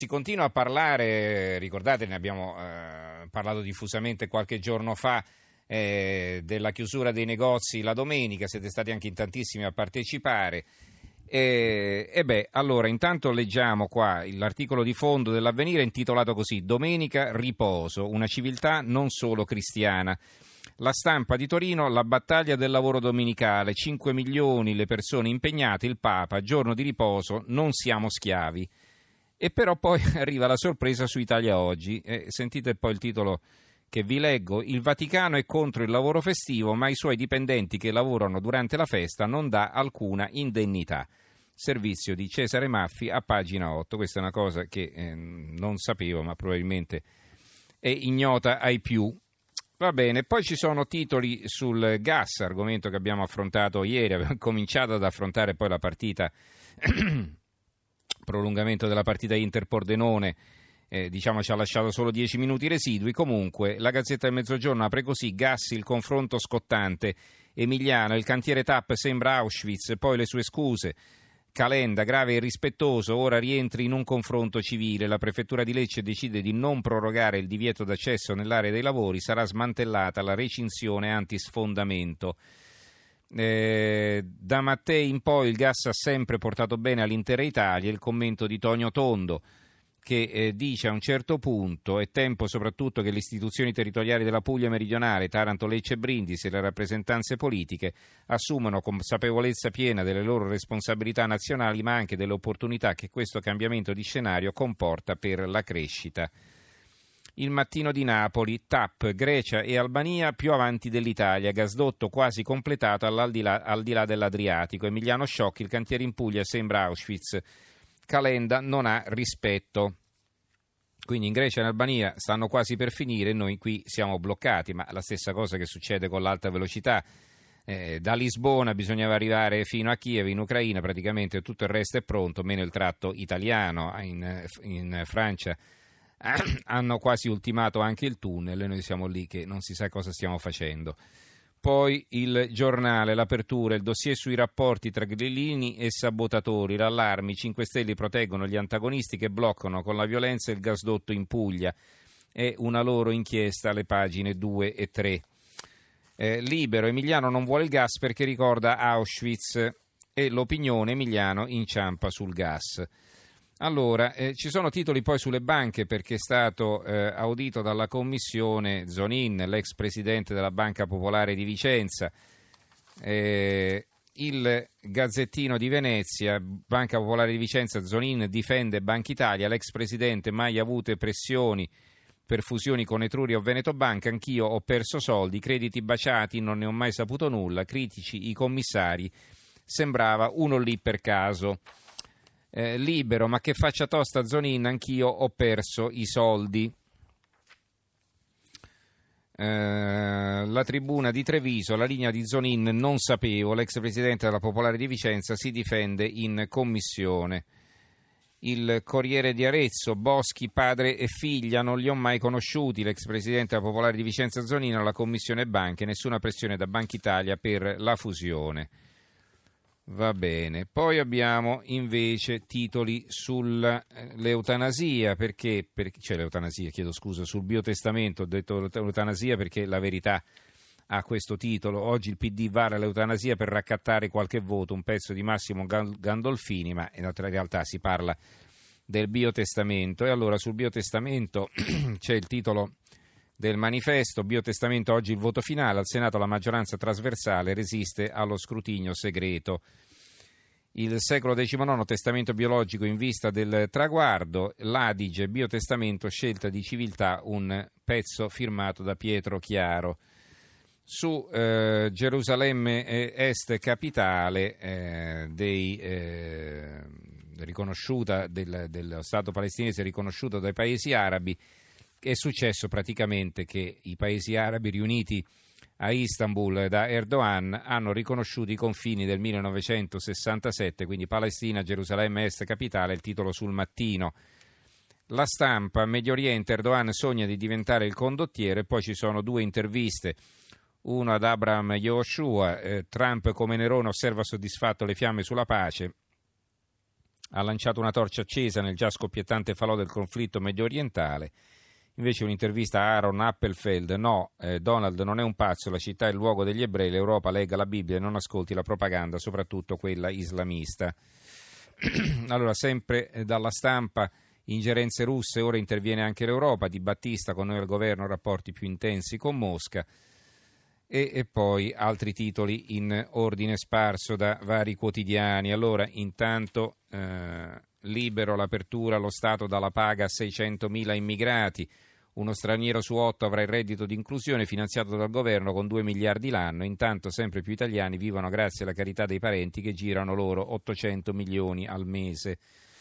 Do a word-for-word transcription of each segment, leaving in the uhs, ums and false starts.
Si continua a parlare, ricordate, ne abbiamo eh, parlato diffusamente qualche giorno fa, eh, della chiusura dei negozi la domenica, siete stati anche in tantissimi a partecipare. E, e beh, allora, intanto leggiamo qua l'articolo di fondo dell'Avvenire intitolato così: Domenica riposo, una civiltà non solo cristiana. La Stampa di Torino, la battaglia del lavoro domenicale, cinque milioni le persone impegnate, il Papa, giorno di riposo, non siamo schiavi. E però poi arriva la sorpresa su Italia Oggi, e sentite poi il titolo che vi leggo: il Vaticano è contro il lavoro festivo, ma ai suoi dipendenti che lavorano durante la festa non dà alcuna indennità. Servizio di Cesare Maffi a pagina otto. Questa è una cosa che eh, non sapevo, ma probabilmente è ignota ai più. Va bene, poi ci sono titoli sul gas, argomento che abbiamo affrontato ieri, abbiamo cominciato ad affrontare poi la partita prolungamento della partita Inter-Pordenone, eh, diciamo ci ha lasciato solo dieci minuti residui. Comunque la Gazzetta del Mezzogiorno apre così: Gas, il confronto scottante. Emiliano, il cantiere T A P sembra Auschwitz, poi le sue scuse. Calenda, grave e irrispettoso, ora rientri in un confronto civile. La prefettura di Lecce decide di non prorogare il divieto d'accesso nell'area dei lavori, sarà smantellata la recinzione antisfondamento. Eh, da Mattei in poi il gas ha sempre portato bene all'intera Italia. Il commento di Tonio Tondo che eh, dice a un certo punto: è tempo soprattutto che le istituzioni territoriali della Puglia meridionale, Taranto, Lecce e Brindisi, e le rappresentanze politiche assumano consapevolezza piena delle loro responsabilità nazionali, ma anche delle opportunità che questo cambiamento di scenario comporta per la crescita. Il Mattino di Napoli, T A P, Grecia e Albania più avanti dell'Italia, gasdotto quasi completato all'aldilà, al di là dell'Adriatico. Emiliano Sciocchi, il cantiere in Puglia sembra Auschwitz. Calenda non ha rispetto. Quindi in Grecia e in Albania stanno quasi per finire, noi qui siamo bloccati, ma la stessa cosa che succede con l'alta velocità. Eh, da Lisbona bisognava arrivare fino a Kiev in Ucraina, praticamente tutto il resto è pronto, meno il tratto italiano. In, in Francia hanno quasi ultimato anche il tunnel e noi siamo lì che non si sa cosa stiamo facendo. Poi il Giornale, l'apertura, il dossier sui rapporti tra grillini e sabotatori, l'allarme, i cinque Stelle proteggono gli antagonisti che bloccano con la violenza il gasdotto in Puglia. È una loro inchiesta, alle pagine due e tre. Eh, Libero, Emiliano non vuole il gas perché ricorda Auschwitz, e l'opinione, Emiliano inciampa sul gas. Allora, eh, ci sono titoli poi sulle banche perché è stato eh, audito dalla commissione Zonin, l'ex presidente della Banca Popolare di Vicenza. Eh, il Gazzettino di Venezia, Banca Popolare di Vicenza, Zonin difende Banca Italia, l'ex presidente mai avute pressioni per fusioni con Etruria o Veneto Banca, anch'io ho perso soldi, crediti baciati, non ne ho mai saputo nulla, critici i commissari, sembrava uno lì per caso. Eh, Libero, ma che faccia tosta Zonin, anch'io ho perso i soldi. Eh, la Tribuna di Treviso, la linea di Zonin non sapevo, l'ex presidente della Popolare di Vicenza si difende in commissione. Il Corriere di Arezzo, Boschi, padre e figlia, non li ho mai conosciuti, l'ex presidente della Popolare di Vicenza Zonin alla commissione banche, nessuna pressione da Banca Italia per la fusione. Va bene, poi abbiamo invece titoli sull'eutanasia, perché, perché cioè l'eutanasia, chiedo scusa, sul biotestamento, ho detto l'eutanasia perché la Verità ha questo titolo: oggi il P D vara l'eutanasia per raccattare qualche voto, un pezzo di Massimo Gandolfini, ma in realtà si parla del biotestamento. E allora sul biotestamento c'è il titolo del Manifesto: biotestamento oggi il voto finale, al Senato la maggioranza trasversale resiste allo scrutinio segreto. Il Secolo diciannove, testamento biologico in vista del traguardo, l'Adige, biotestamento, scelta di civiltà, un pezzo firmato da Pietro Chiaro. Su eh, Gerusalemme Est, capitale eh, dei, eh, riconosciuta del, dello Stato palestinese, riconosciuto dai paesi arabi. È successo praticamente che i paesi arabi riuniti a Istanbul da Erdogan hanno riconosciuto i confini del millenovecentosessantasette, quindi Palestina, Gerusalemme Est capitale, il titolo sul Mattino. La Stampa, Medio Oriente, Erdogan sogna di diventare il condottiere, poi ci sono due interviste, uno ad Abraham Yehoshua, eh, Trump come Nerone osserva soddisfatto le fiamme sulla pace, ha lanciato una torcia accesa nel già scoppiettante falò del conflitto medio orientale. Invece un'intervista a Aaron Appelfeld: no, eh, Donald non è un pazzo, la città è il luogo degli ebrei, l'Europa legga la Bibbia e non ascolti la propaganda, soprattutto quella islamista. Allora, sempre dalla stampa, ingerenze russe, ora interviene anche l'Europa, Di Battista: con noi al governo rapporti più intensi con Mosca. E, e poi altri titoli in ordine sparso da vari quotidiani. Allora, intanto eh, Libero, l'apertura, lo Stato dà la paga a seicentomila immigrati, uno straniero su otto avrà il reddito di inclusione finanziato dal governo con due miliardi l'anno, intanto sempre più italiani vivono grazie alla carità dei parenti che girano loro ottocento milioni al mese.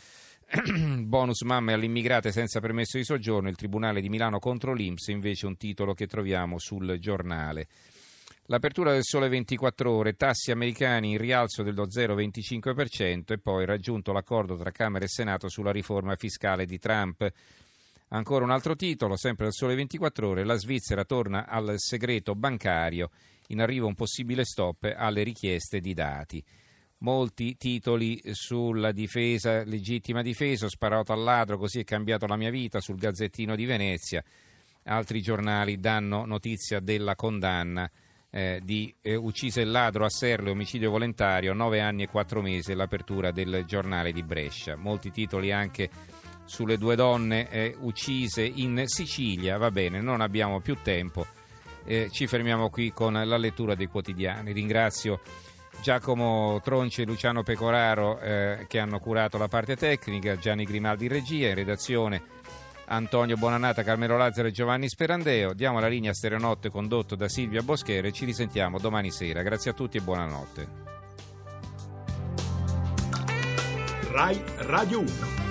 Bonus mamme alle immigrate senza permesso di soggiorno, il Tribunale di Milano contro l'I N P S, invece un titolo che troviamo sul Giornale. L'apertura del Sole ventiquattro Ore, tassi americani in rialzo dello zero virgola venticinque per cento e poi raggiunto l'accordo tra Camera e Senato sulla riforma fiscale di Trump. Ancora un altro titolo, sempre del Sole ventiquattro Ore, la Svizzera torna al segreto bancario, in arrivo un possibile stop alle richieste di dati. Molti titoli sulla difesa, legittima difesa, ho sparato al ladro, così è cambiato la mia vita, sul Gazzettino di Venezia. Altri giornali danno notizia della condanna eh, di eh, uccise il ladro a Serle, omicidio volontario, nove anni e quattro mesi, l'apertura del Giornale di Brescia. Molti titoli anche sulle due donne eh, uccise in Sicilia. Va bene, non abbiamo più tempo, eh, ci fermiamo qui con la lettura dei quotidiani. Ringrazio Giacomo Tronci e Luciano Pecoraro eh, che hanno curato la parte tecnica, Gianni Grimaldi in regia, in redazione Antonio Bonannata, Carmelo Lazzaro e Giovanni Sperandeo. Diamo la linea a Stereonotte condotto da Silvia Boschere e ci risentiamo domani sera. Grazie a tutti e buonanotte. Rai Radio uno.